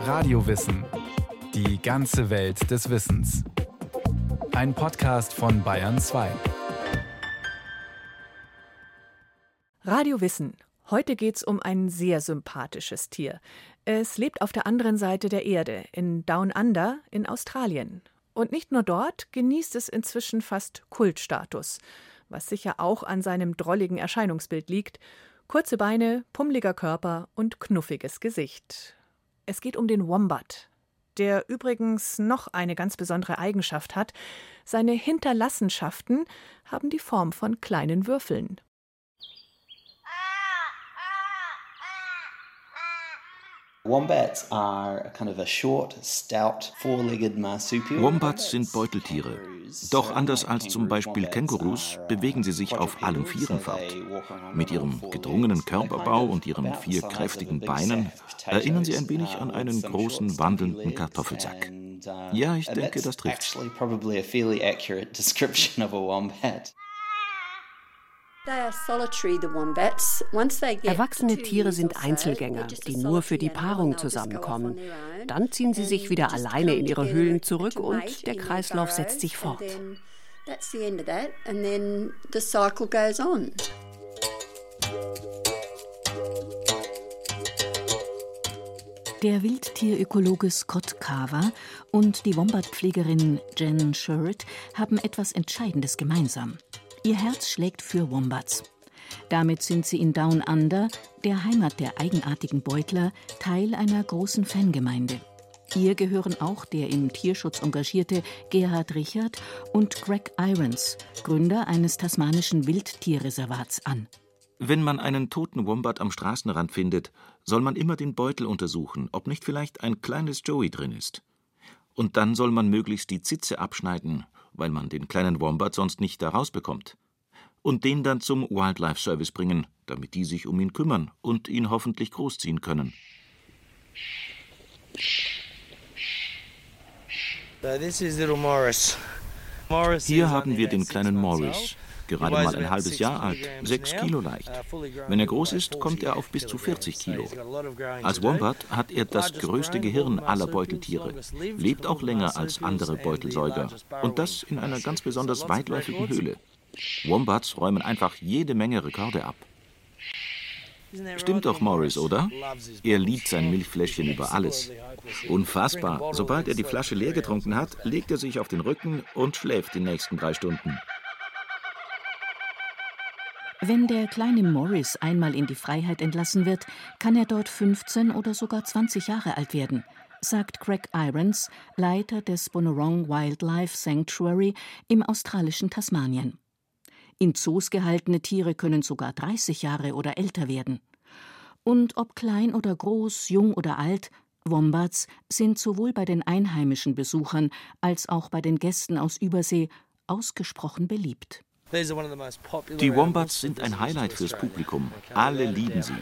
Radiowissen. Die ganze Welt des Wissens. Ein Podcast von Bayern 2. Radio Wissen. Heute geht's um ein sehr sympathisches Tier. Es lebt auf der anderen Seite der Erde, in Down Under in Australien. Und nicht nur dort genießt es inzwischen fast Kultstatus, was sicher auch an seinem drolligen Erscheinungsbild liegt. Kurze Beine, pummeliger Körper und knuffiges Gesicht. Es geht um den Wombat, der übrigens noch eine ganz besondere Eigenschaft hat. Seine Hinterlassenschaften haben die Form von kleinen Würfeln. Wombats sind Beuteltiere. Doch anders als zum Beispiel Kängurus bewegen sie sich auf allen Vieren fort. Mit ihrem gedrungenen Körperbau und ihren 4 kräftigen Beinen erinnern sie ein wenig an einen großen wandelnden Kartoffelsack. Ja, ich denke, das trifft. Erwachsene Tiere sind Einzelgänger, die nur für die Paarung zusammenkommen. Dann ziehen sie sich wieder alleine in ihre Höhlen zurück und der Kreislauf setzt sich fort. Der Wildtierökologe Scott Carver und die Wombatpflegerin Jen Sherritt haben etwas Entscheidendes gemeinsam. Ihr Herz schlägt für Wombats. Damit sind sie in Down Under, der Heimat der eigenartigen Beutler, Teil einer großen Fangemeinde. Ihr gehören auch der im Tierschutz engagierte Gerhard Richard und Greg Irons, Gründer eines tasmanischen Wildtierreservats, an. Wenn man einen toten Wombat am Straßenrand findet, soll man immer den Beutel untersuchen, ob nicht vielleicht ein kleines Joey drin ist. Und dann soll man möglichst die Zitze abschneiden, weil man den kleinen Wombat sonst nicht da rausbekommt. Und den dann zum Wildlife Service bringen, damit die sich um ihn kümmern und ihn hoffentlich großziehen können. Hier haben wir den kleinen Morris, gerade mal ein halbes Jahr alt, 6 Kilo leicht. Wenn er groß ist, kommt er auf bis zu 40 Kilo. Als Wombat hat er das größte Gehirn aller Beuteltiere, lebt auch länger als andere Beutelsäuger und das in einer ganz besonders weitläufigen Höhle. Wombats räumen einfach jede Menge Rekorde ab. Stimmt doch, Morris, oder? Er liebt sein Milchfläschchen über alles. Unfassbar. Sobald er die Flasche leer getrunken hat, legt er sich auf den Rücken und schläft die nächsten 3 Stunden. Wenn der kleine Morris einmal in die Freiheit entlassen wird, kann er dort 15 oder sogar 20 Jahre alt werden, sagt Greg Irons, Leiter des Bonorong Wildlife Sanctuary im australischen Tasmanien. In Zoos gehaltene Tiere können sogar 30 Jahre oder älter werden. Und ob klein oder groß, jung oder alt, Wombats sind sowohl bei den einheimischen Besuchern als auch bei den Gästen aus Übersee ausgesprochen beliebt. Die Wombats sind ein Highlight fürs Publikum. Alle lieben sie.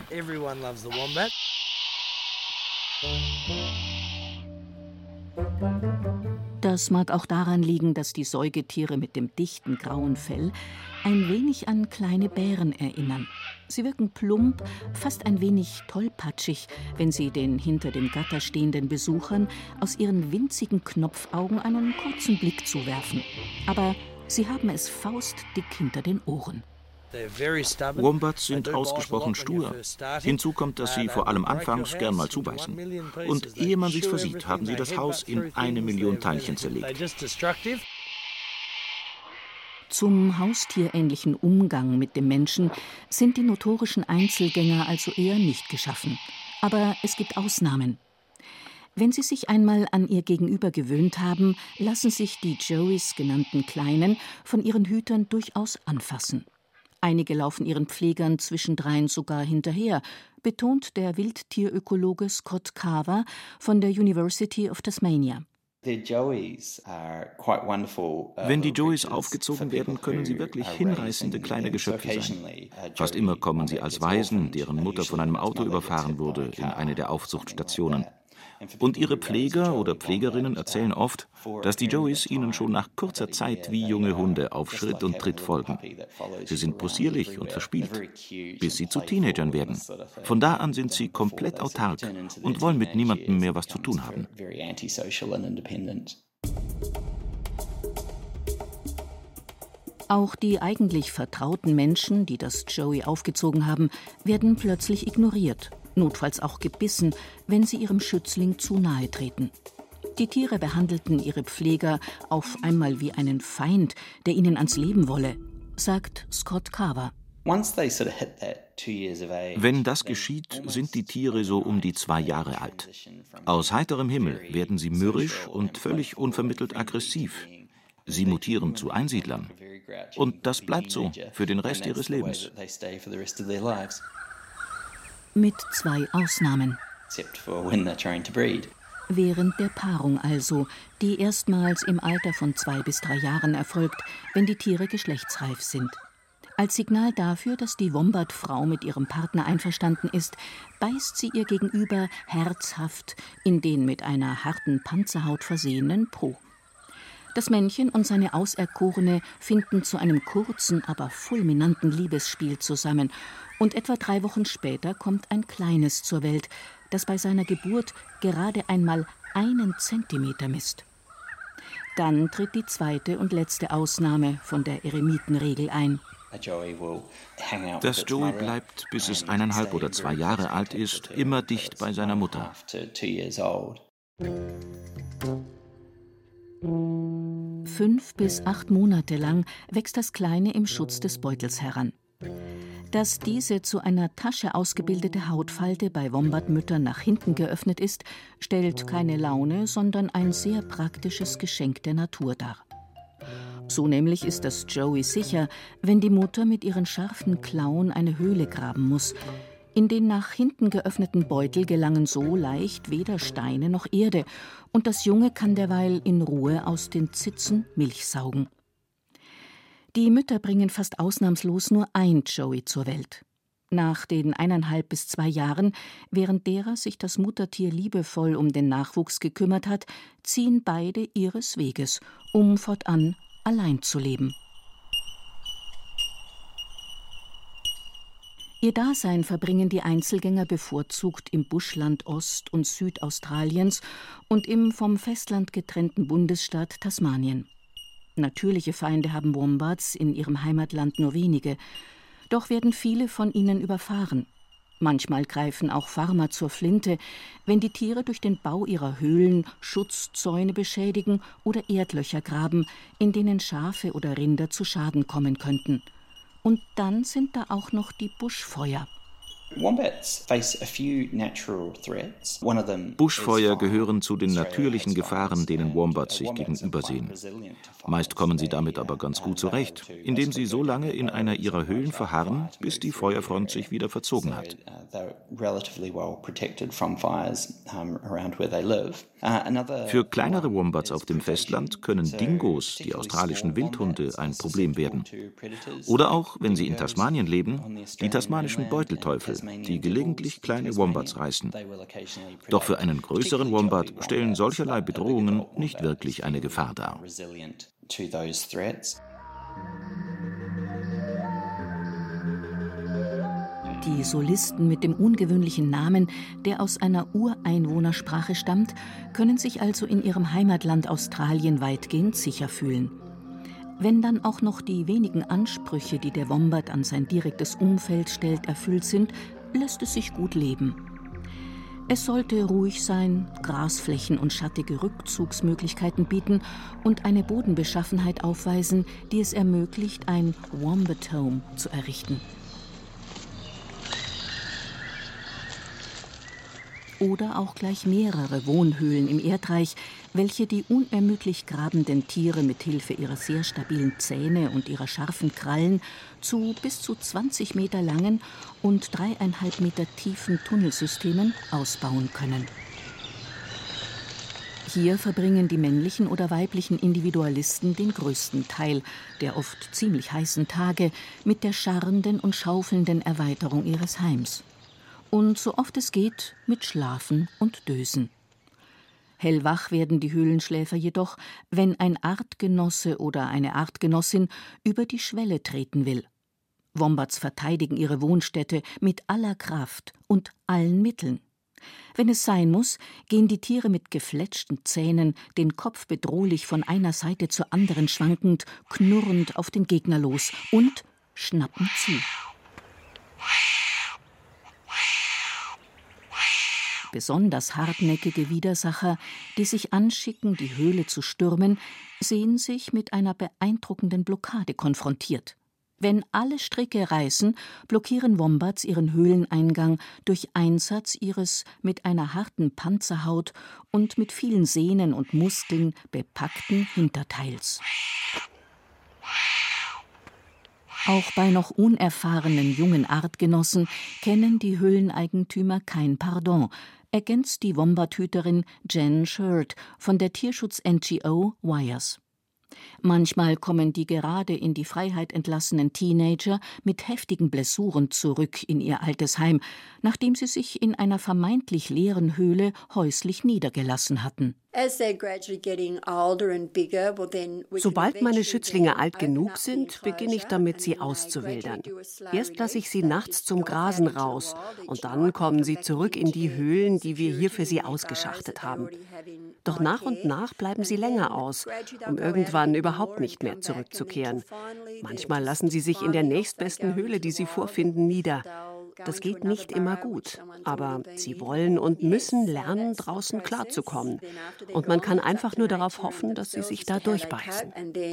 Das mag auch daran liegen, dass die Säugetiere mit dem dichten grauen Fell ein wenig an kleine Bären erinnern. Sie wirken plump, fast ein wenig tollpatschig, wenn sie den hinter dem Gatter stehenden Besuchern aus ihren winzigen Knopfaugen einen kurzen Blick zuwerfen. Aber sie haben es faustdick hinter den Ohren. Wombats sind ausgesprochen stur. Hinzu kommt, dass sie vor allem anfangs gern mal zubeißen. Und ehe man sich's versieht, haben sie das Haus in 1 Million Teilchen zerlegt. Zum haustierähnlichen Umgang mit dem Menschen sind die notorischen Einzelgänger also eher nicht geschaffen. Aber es gibt Ausnahmen. Wenn sie sich einmal an ihr Gegenüber gewöhnt haben, lassen sich die Joeys genannten Kleinen von ihren Hütern durchaus anfassen. Einige laufen ihren Pflegern zwischendrein sogar hinterher, betont der Wildtierökologe Scott Carver von der University of Tasmania. Wenn die Joeys aufgezogen werden, können sie wirklich hinreißende kleine Geschöpfe sein. Fast immer kommen sie als Waisen, deren Mutter von einem Auto überfahren wurde, in eine der Aufzuchtstationen. Und ihre Pfleger oder Pflegerinnen erzählen oft, dass die Joeys ihnen schon nach kurzer Zeit wie junge Hunde auf Schritt und Tritt folgen. Sie sind possierlich und verspielt, bis sie zu Teenagern werden. Von da an sind sie komplett autark und wollen mit niemandem mehr was zu tun haben. Auch die eigentlich vertrauten Menschen, die das Joey aufgezogen haben, werden plötzlich ignoriert, notfalls auch gebissen, wenn sie ihrem Schützling zu nahe treten. Die Tiere behandelten ihre Pfleger auf einmal wie einen Feind, der ihnen ans Leben wolle, sagt Scott Carver. Wenn das geschieht, sind die Tiere so um die 2 Jahre alt. Aus heiterem Himmel werden sie mürrisch und völlig unvermittelt aggressiv. Sie mutieren zu Einsiedlern. Und das bleibt so für den Rest ihres Lebens. Mit 2 Ausnahmen. Während der Paarung also, die erstmals im Alter von 2 bis 3 Jahren erfolgt, wenn die Tiere geschlechtsreif sind. Als Signal dafür, dass die Wombat-Frau mit ihrem Partner einverstanden ist, beißt sie ihr Gegenüber herzhaft in den mit einer harten Panzerhaut versehenen Po. Das Männchen und seine Auserkorene finden zu einem kurzen, aber fulminanten Liebesspiel zusammen. Und etwa 3 Wochen später kommt ein Kleines zur Welt, das bei seiner Geburt gerade einmal 1 Zentimeter misst. Dann tritt die 2. und letzte Ausnahme von der Eremitenregel ein. Das Joey bleibt, bis es 1,5 oder 2 Jahre alt ist, immer dicht bei seiner Mutter. 5 bis 8 Monate lang wächst das Kleine im Schutz des Beutels heran. Dass diese zu einer Tasche ausgebildete Hautfalte bei Wombatmüttern nach hinten geöffnet ist, stellt keine Laune, sondern ein sehr praktisches Geschenk der Natur dar. So nämlich ist das Joey sicher, wenn die Mutter mit ihren scharfen Klauen eine Höhle graben muss. In den nach hinten geöffneten Beutel gelangen so leicht weder Steine noch Erde, und das Junge kann derweil in Ruhe aus den Zitzen Milch saugen. Die Mütter bringen fast ausnahmslos nur ein Joey zur Welt. Nach den 1,5 bis 2 Jahren, während derer sich das Muttertier liebevoll um den Nachwuchs gekümmert hat, ziehen beide ihres Weges, um fortan allein zu leben. Ihr Dasein verbringen die Einzelgänger bevorzugt im Buschland Ost- und Südaustraliens und im vom Festland getrennten Bundesstaat Tasmanien. Natürliche Feinde haben Wombats in ihrem Heimatland nur wenige, doch werden viele von ihnen überfahren. Manchmal greifen auch Farmer zur Flinte, wenn die Tiere durch den Bau ihrer Höhlen Schutzzäune beschädigen oder Erdlöcher graben, in denen Schafe oder Rinder zu Schaden kommen könnten. Und dann sind da auch noch die Buschfeuer. Buschfeuer gehören zu den natürlichen Gefahren, denen Wombats sich gegenübersehen. Meist kommen sie damit aber ganz gut zurecht, indem sie so lange in einer ihrer Höhlen verharren, bis die Feuerfront sich wieder verzogen hat. Für kleinere Wombats auf dem Festland können Dingos, die australischen Wildhunde, ein Problem werden. Oder auch, wenn sie in Tasmanien leben, die tasmanischen Beutelteufel, die gelegentlich kleine Wombats reißen. Doch für einen größeren Wombat stellen solcherlei Bedrohungen nicht wirklich eine Gefahr dar. Die Solisten mit dem ungewöhnlichen Namen, der aus einer Ureinwohnersprache stammt, können sich also in ihrem Heimatland Australien weitgehend sicher fühlen. Wenn dann auch noch die wenigen Ansprüche, die der Wombat an sein direktes Umfeld stellt, erfüllt sind, lässt es sich gut leben. Es sollte ruhig sein, Grasflächen und schattige Rückzugsmöglichkeiten bieten und eine Bodenbeschaffenheit aufweisen, die es ermöglicht, ein Wombat Home zu errichten. Oder auch gleich mehrere Wohnhöhlen im Erdreich, welche die unermüdlich grabenden Tiere mit Hilfe ihrer sehr stabilen Zähne und ihrer scharfen Krallen zu bis zu 20 Meter langen und 3,5 Meter tiefen Tunnelsystemen ausbauen können. Hier verbringen die männlichen oder weiblichen Individualisten den größten Teil der oft ziemlich heißen Tage mit der scharrenden und schaufelnden Erweiterung ihres Heims. Und so oft es geht, mit Schlafen und Dösen. Hellwach werden die Höhlenschläfer jedoch, wenn ein Artgenosse oder eine Artgenossin über die Schwelle treten will. Wombats verteidigen ihre Wohnstätte mit aller Kraft und allen Mitteln. Wenn es sein muss, gehen die Tiere mit gefletschten Zähnen, den Kopf bedrohlich von einer Seite zur anderen schwankend, knurrend auf den Gegner los und schnappen zu. Besonders hartnäckige Widersacher, die sich anschicken, die Höhle zu stürmen, sehen sich mit einer beeindruckenden Blockade konfrontiert. Wenn alle Stricke reißen, blockieren Wombats ihren Höhleneingang durch Einsatz ihres mit einer harten Panzerhaut und mit vielen Sehnen und Muskeln bepackten Hinterteils. Auch bei noch unerfahrenen jungen Artgenossen kennen die Höhleneigentümer kein Pardon, ergänzt die Wombat-Hüterin Jen Sherd von der Tierschutz-NGO Wires. Manchmal kommen die gerade in die Freiheit entlassenen Teenager mit heftigen Blessuren zurück in ihr altes Heim, nachdem sie sich in einer vermeintlich leeren Höhle häuslich niedergelassen hatten. Sobald meine Schützlinge alt genug sind, beginne ich damit, sie auszuwildern. Erst lasse ich sie nachts zum Grasen raus und dann kommen sie zurück in die Höhlen, die wir hier für sie ausgeschachtet haben. Doch nach und nach bleiben sie länger aus, um irgendwann überhaupt nicht mehr zurückzukehren. Manchmal lassen sie sich in der nächstbesten Höhle, die sie vorfinden, nieder. Das geht nicht immer gut, aber sie wollen und müssen lernen, draußen klarzukommen. Und man kann einfach nur darauf hoffen, dass sie sich da durchbeißen.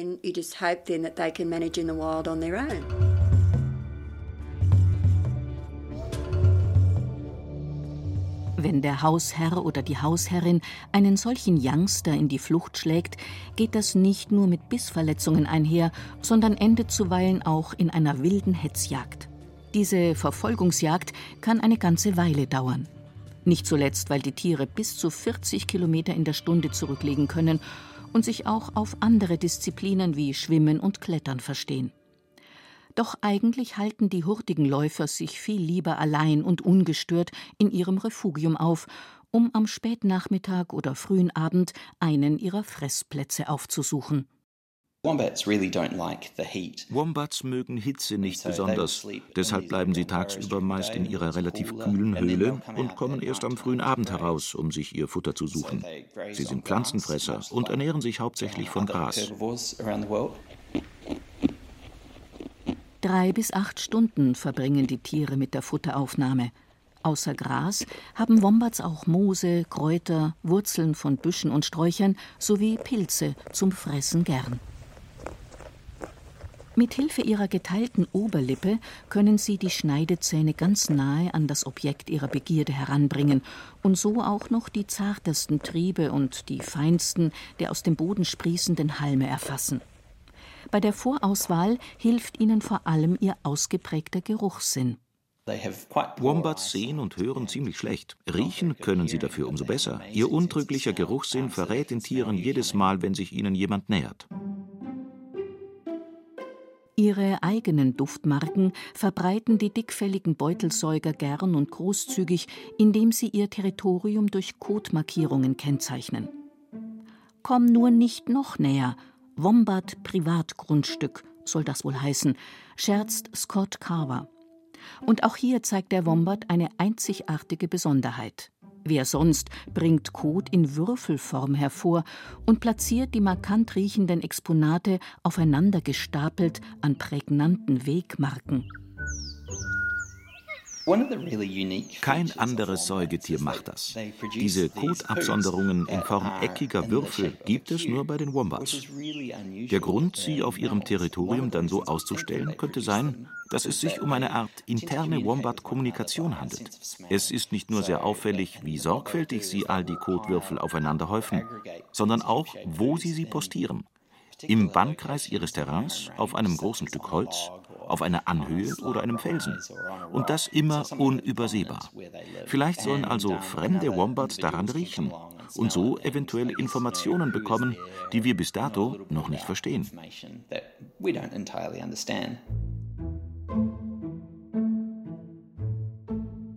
Wenn der Hausherr oder die Hausherrin einen solchen Youngster in die Flucht schlägt, geht das nicht nur mit Bissverletzungen einher, sondern endet zuweilen auch in einer wilden Hetzjagd. Diese Verfolgungsjagd kann eine ganze Weile dauern. Nicht zuletzt, weil die Tiere bis zu 40 Kilometer in der Stunde zurücklegen können und sich auch auf andere Disziplinen wie Schwimmen und Klettern verstehen. Doch eigentlich halten die hurtigen Läufer sich viel lieber allein und ungestört in ihrem Refugium auf, um am Spätnachmittag oder frühen Abend einen ihrer Fressplätze aufzusuchen. Wombats mögen Hitze nicht besonders, deshalb bleiben sie tagsüber meist in ihrer relativ kühlen Höhle und kommen erst am frühen Abend heraus, um sich ihr Futter zu suchen. Sie sind Pflanzenfresser und ernähren sich hauptsächlich von Gras. 3 bis 8 Stunden verbringen die Tiere mit der Futteraufnahme. Außer Gras haben Wombats auch Moose, Kräuter, Wurzeln von Büschen und Sträuchern sowie Pilze zum Fressen gern. Mit Hilfe ihrer geteilten Oberlippe können sie die Schneidezähne ganz nahe an das Objekt ihrer Begierde heranbringen und so auch noch die zartesten Triebe und die feinsten der aus dem Boden sprießenden Halme erfassen. Bei der Vorauswahl hilft ihnen vor allem ihr ausgeprägter Geruchssinn. Wombats sehen und hören ziemlich schlecht. Riechen können sie dafür umso besser. Ihr untrüglicher Geruchssinn verrät den Tieren jedes Mal, wenn sich ihnen jemand nähert. Ihre eigenen Duftmarken verbreiten die dickfelligen Beutelsäuger gern und großzügig, indem sie ihr Territorium durch Kotmarkierungen kennzeichnen. Komm nur nicht noch näher, Wombat-Privatgrundstück soll das wohl heißen, scherzt Scott Carver. Und auch hier zeigt der Wombat eine einzigartige Besonderheit. Wer sonst bringt Kot in Würfelform hervor und platziert die markant riechenden Exponate aufeinander gestapelt an prägnanten Wegmarken. Kein anderes Säugetier macht das. Diese Kotabsonderungen in Form eckiger Würfel gibt es nur bei den Wombats. Der Grund, sie auf ihrem Territorium dann so auszustellen, könnte sein, dass es sich um eine Art interne Wombat-Kommunikation handelt. Es ist nicht nur sehr auffällig, wie sorgfältig sie all die Kotwürfel aufeinander häufen, sondern auch, wo sie postieren. Im Bannkreis ihres Terrains, auf einem großen Stück Holz, auf einer Anhöhe oder einem Felsen. Und das immer unübersehbar. Vielleicht sollen also fremde Wombats daran riechen und so eventuelle Informationen bekommen, die wir bis dato noch nicht verstehen.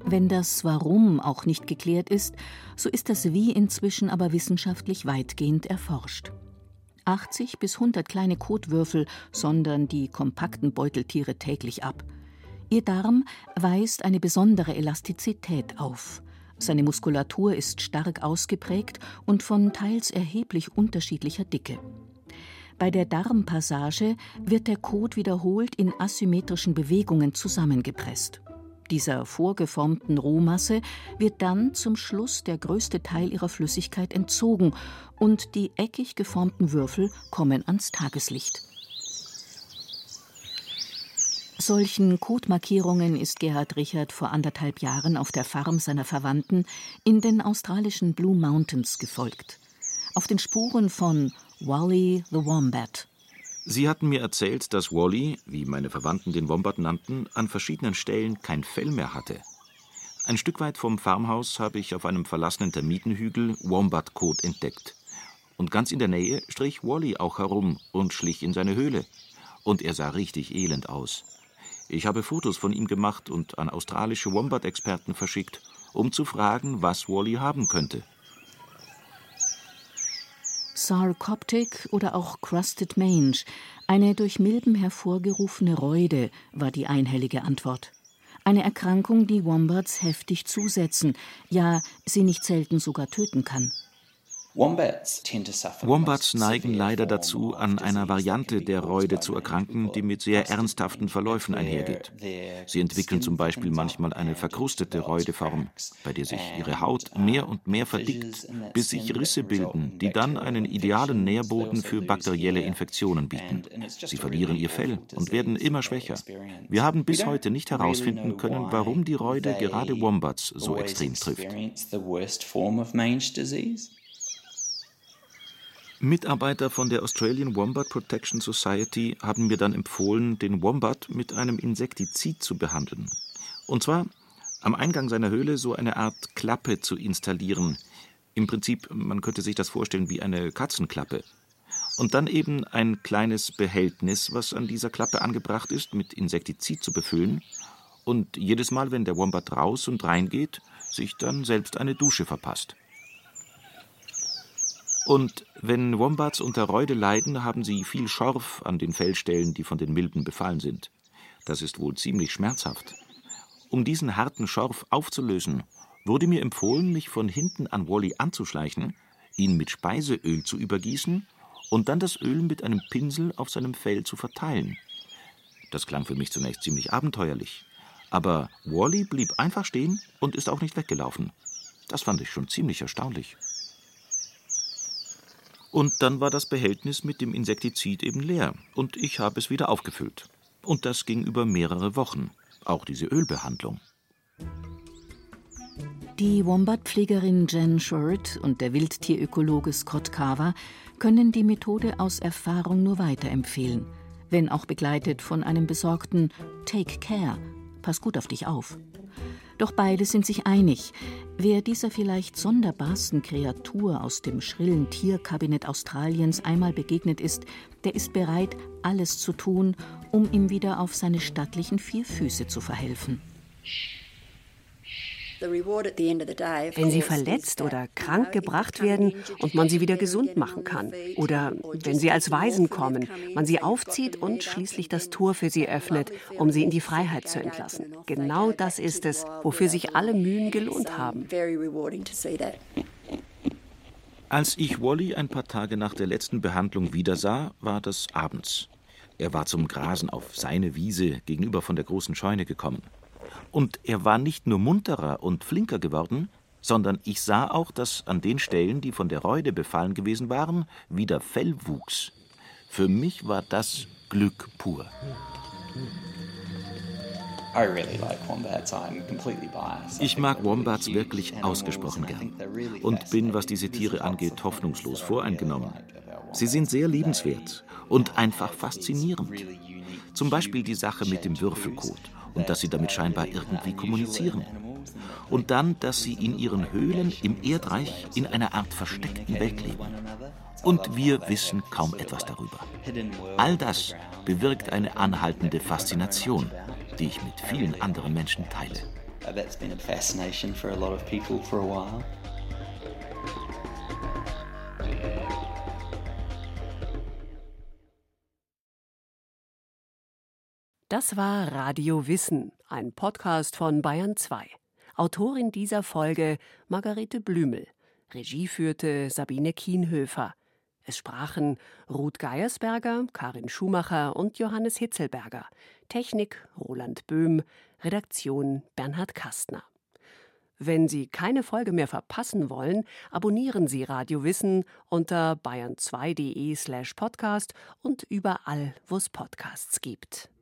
Wenn das Warum auch nicht geklärt ist, so ist das Wie inzwischen aber wissenschaftlich weitgehend erforscht. 80 bis 100 kleine Kotwürfel sondern die kompakten Beuteltiere täglich ab. Ihr Darm weist eine besondere Elastizität auf. Seine Muskulatur ist stark ausgeprägt und von teils erheblich unterschiedlicher Dicke. Bei der Darmpassage wird der Kot wiederholt in asymmetrischen Bewegungen zusammengepresst. Dieser vorgeformten Rohmasse wird dann zum Schluss der größte Teil ihrer Flüssigkeit entzogen und die eckig geformten Würfel kommen ans Tageslicht. Solchen Kotmarkierungen ist Gerhard Richard vor 1,5 Jahren auf der Farm seiner Verwandten in den australischen Blue Mountains gefolgt. Auf den Spuren von Wally the Wombat. Sie hatten mir erzählt, dass Wally, wie meine Verwandten den Wombat nannten, an verschiedenen Stellen kein Fell mehr hatte. Ein Stück weit vom Farmhaus habe ich auf einem verlassenen Termitenhügel Wombat-Kot entdeckt. Und ganz in der Nähe strich Wally auch herum und schlich in seine Höhle. Und er sah richtig elend aus. Ich habe Fotos von ihm gemacht und an australische Wombat-Experten verschickt, um zu fragen, was Wally haben könnte. Sarcoptic oder auch Crusted Mange, eine durch Milben hervorgerufene Reude, war die einhellige Antwort. Eine Erkrankung, die Wombats heftig zusetzen, ja, sie nicht selten sogar töten kann. Wombats neigen leider dazu, an einer Variante der Reude zu erkranken, die mit sehr ernsthaften Verläufen einhergeht. Sie entwickeln zum Beispiel manchmal eine verkrustete Reudeform, bei der sich ihre Haut mehr und mehr verdickt, bis sich Risse bilden, die dann einen idealen Nährboden für bakterielle Infektionen bieten. Sie verlieren ihr Fell und werden immer schwächer. Wir haben bis heute nicht herausfinden können, warum die Reude gerade Wombats so extrem trifft. Mitarbeiter von der Australian Wombat Protection Society haben mir dann empfohlen, den Wombat mit einem Insektizid zu behandeln. Und zwar am Eingang seiner Höhle so eine Art Klappe zu installieren. Im Prinzip, man könnte sich das vorstellen wie eine Katzenklappe. Und dann eben ein kleines Behältnis, was an dieser Klappe angebracht ist, mit Insektizid zu befüllen. Und jedes Mal, wenn der Wombat raus und reingeht, sich dann selbst eine Dusche verpasst. Und wenn Wombats unter Reude leiden, haben sie viel Schorf an den Fellstellen, die von den Milben befallen sind. Das ist wohl ziemlich schmerzhaft. Um diesen harten Schorf aufzulösen, wurde mir empfohlen, mich von hinten an Wally anzuschleichen, ihn mit Speiseöl zu übergießen und dann das Öl mit einem Pinsel auf seinem Fell zu verteilen. Das klang für mich zunächst ziemlich abenteuerlich. Aber Wally blieb einfach stehen und ist auch nicht weggelaufen. Das fand ich schon ziemlich erstaunlich. Und dann war das Behältnis mit dem Insektizid eben leer und ich habe es wieder aufgefüllt. Und das ging über mehrere Wochen, auch diese Ölbehandlung. Die Wombat-Pflegerin Jen Short und der Wildtierökologe Scott Carver können die Methode aus Erfahrung nur weiterempfehlen, wenn auch begleitet von einem besorgten Take care, pass gut auf dich auf. Doch beide sind sich einig, wer dieser vielleicht sonderbarsten Kreatur aus dem schrillen Tierkabinett Australiens einmal begegnet ist, der ist bereit, alles zu tun, um ihm wieder auf seine stattlichen 4 Füße zu verhelfen. Wenn sie verletzt oder krank gebracht werden und man sie wieder gesund machen kann. Oder wenn sie als Waisen kommen, man sie aufzieht und schließlich das Tor für sie öffnet, um sie in die Freiheit zu entlassen. Genau das ist es, wofür sich alle Mühen gelohnt haben. Als ich Wally ein paar Tage nach der letzten Behandlung wiedersah, war das abends. Er war zum Grasen auf seine Wiese gegenüber von der großen Scheune gekommen. Und er war nicht nur munterer und flinker geworden, sondern ich sah auch, dass an den Stellen, die von der Reude befallen gewesen waren, wieder Fell wuchs. Für mich war das Glück pur. Ich mag Wombats wirklich ausgesprochen gern und bin, was diese Tiere angeht, hoffnungslos voreingenommen. Sie sind sehr liebenswert und einfach faszinierend. Zum Beispiel die Sache mit dem Würfelkot und dass sie damit scheinbar irgendwie kommunizieren. Und dann, dass sie in ihren Höhlen im Erdreich in einer Art versteckten Welt leben. Und wir wissen kaum etwas darüber. All das bewirkt eine anhaltende Faszination, die ich mit vielen anderen Menschen teile. That's been a fascination for a lot of people for a while. Das war Radio Wissen, ein Podcast von Bayern 2. Autorin dieser Folge Margarete Blümel. Regie führte Sabine Kienhöfer. Es sprachen Ruth Geiersberger, Karin Schumacher und Johannes Hitzelberger. Technik Roland Böhm, Redaktion Bernhard Kastner. Wenn Sie keine Folge mehr verpassen wollen, abonnieren Sie Radio Wissen unter bayern2.de/podcast und überall, wo es Podcasts gibt.